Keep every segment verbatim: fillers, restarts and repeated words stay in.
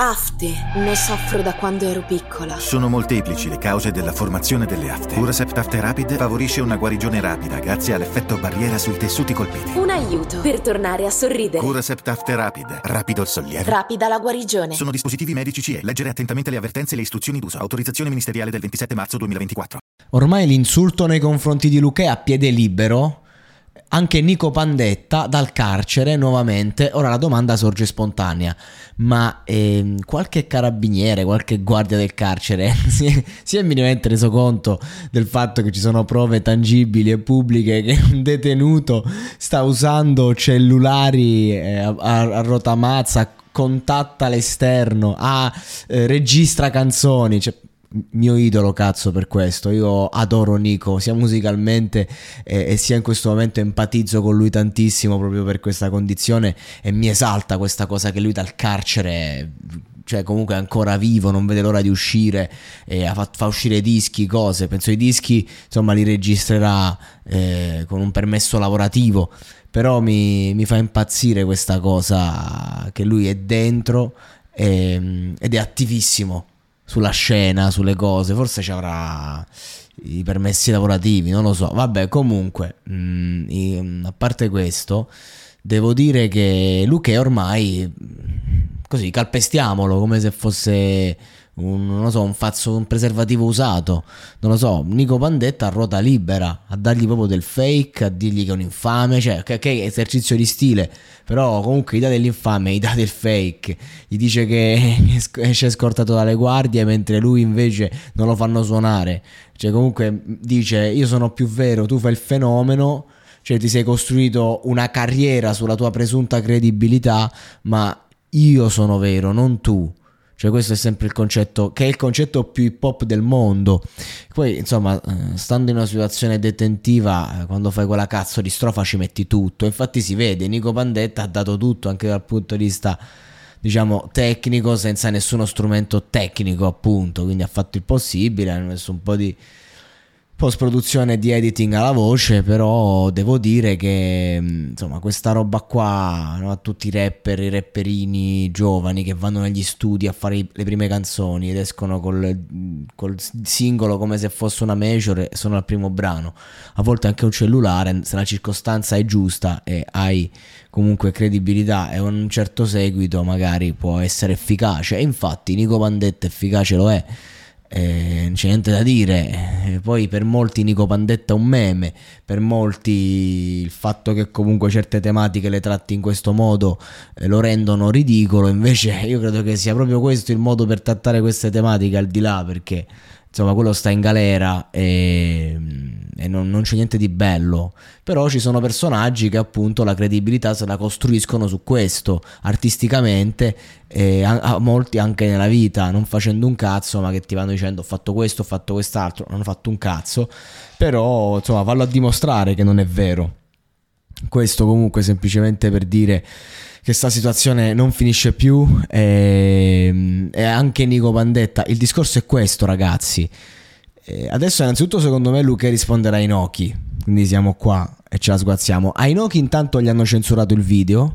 Afte, ne soffro da quando ero piccola. Sono molteplici le cause della formazione delle afte. Curacept Afte Rapid favorisce una guarigione rapida grazie all'effetto barriera sui tessuti colpiti. Un aiuto per tornare a sorridere. Curacept Afte Rapid, rapido il sollievo, rapida la guarigione. Sono dispositivi medici C E. Leggere attentamente le avvertenze e le istruzioni d'uso. Autorizzazione ministeriale del ventisette marzo duemilaventiquattro. Ormai l'insulto nei confronti di Luchè a piede libero. Anche Nico Pandetta dal carcere nuovamente. Ora la domanda sorge spontanea: ma ehm, qualche carabiniere, qualche guardia del carcere si è, si è minimamente reso conto del fatto che ci sono prove tangibili e pubbliche che un detenuto sta usando cellulari eh, a, a rotamazza, contatta l'esterno, a, eh, registra canzoni, cioè mio idolo, cazzo, per questo. Io adoro Nico sia musicalmente eh, e sia in questo momento empatizzo con lui tantissimo proprio per questa condizione, e mi esalta questa cosa che lui dal carcere, cioè comunque è ancora vivo, non vede l'ora di uscire, e fa, fa uscire dischi, cose. Penso i dischi insomma li registrerà eh, con un permesso lavorativo, però mi, mi fa impazzire questa cosa che lui è dentro e, ed è attivissimo sulla scena, sulle cose. Forse ci avrà i permessi lavorativi, non lo so. Vabbè, comunque mh, a parte questo, devo dire che Luchè ormai così calpestiamolo come se fosse un, non lo so, un fazzo, un preservativo usato, non lo so. Nico Pandetta a ruota libera, a dargli proprio del fake, a dirgli che è un infame, cioè che, che è esercizio di stile, però comunque gli dà dell'infame, gli dà del fake, gli dice che esce scortato dalle guardie mentre lui invece non lo fanno suonare, cioè comunque dice: io sono più vero, tu fai il fenomeno, cioè ti sei costruito una carriera sulla tua presunta credibilità, ma io sono vero, non tu. Cioè questo è sempre il concetto, che è il concetto più hip hop del mondo. Poi insomma, stando in una situazione detentiva, quando fai quella cazzo di strofa ci metti tutto. Infatti si vede, Nico Pandetta ha dato tutto anche dal punto di vista, diciamo, tecnico, senza nessuno strumento tecnico appunto. Quindi ha fatto il possibile, ha messo un po' di post-produzione di editing alla voce, però devo dire che insomma questa roba qua, no, a tutti i rapper, i rapperini giovani che vanno negli studi a fare le prime canzoni ed escono col, col singolo come se fosse una major e sono al primo brano, a volte anche un cellulare, se la circostanza è giusta e hai comunque credibilità e un certo seguito, magari può essere efficace. E infatti Nico Pandetta efficace lo è. Eh, non c'è niente da dire. Eh, poi per molti Nico Pandetta è un meme, per molti il fatto che comunque certe tematiche le tratti in questo modo eh, lo rendono ridicolo. Invece io credo che sia proprio questo il modo per trattare queste tematiche, al di là, perché insomma quello sta in galera e, e non, non c'è niente di bello. Però ci sono personaggi che appunto la credibilità se la costruiscono su questo, artisticamente, e a, a molti anche nella vita, non facendo un cazzo, ma che ti vanno dicendo: ho fatto questo, ho fatto quest'altro. Non ho fatto un cazzo, però insomma vallo a dimostrare che non è vero. Questo comunque semplicemente per dire che sta situazione non finisce più, e, e anche Nico Pandetta. Il discorso è questo, ragazzi. E adesso innanzitutto secondo me Luchè risponderà a Inoki, quindi siamo qua e ce la sguazziamo. A Inoki intanto gli hanno censurato il video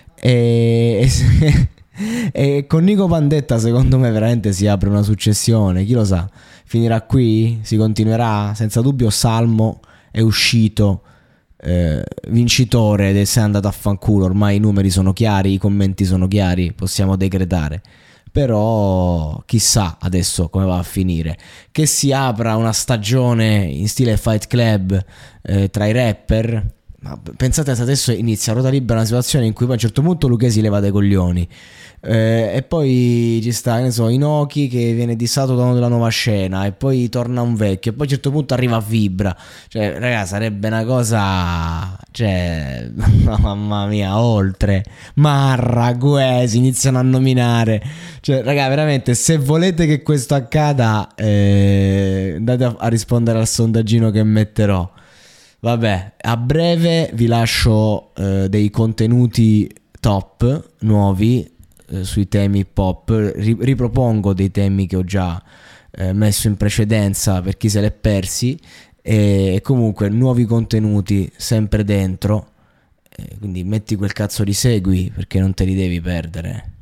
e, e, e con Nico Pandetta secondo me veramente si apre una successione. Chi lo sa, finirà qui? Si continuerà? Senza dubbio Salmo è uscito Eh, vincitore ed è andato a fanculo. Ormai i numeri sono chiari, i commenti sono chiari, possiamo decretare. Però chissà adesso come va a finire, che si apra una stagione in stile Fight Club eh, tra i rapper. Ma pensate se adesso inizia a ruota libera una situazione in cui poi a un certo punto Luchè si leva dai coglioni eh, e poi ci sta, ne so, Inoki che viene dissato da uno della nuova scena e poi torna un vecchio e poi a un certo punto arriva a Vibra. Cioè raga, sarebbe una cosa, cioè mamma mia, oltre Marra, Gue, si iniziano a nominare. Cioè raga, veramente, se volete che questo accada eh, andate a, a rispondere al sondaggino che metterò. Vabbè, a breve vi lascio eh, dei contenuti top nuovi eh, sui temi hip hop. Ri- ripropongo dei temi che ho già eh, messo in precedenza per chi se l'è persi, e, e comunque nuovi contenuti sempre dentro, eh, quindi metti quel cazzo di segui perché non te li devi perdere.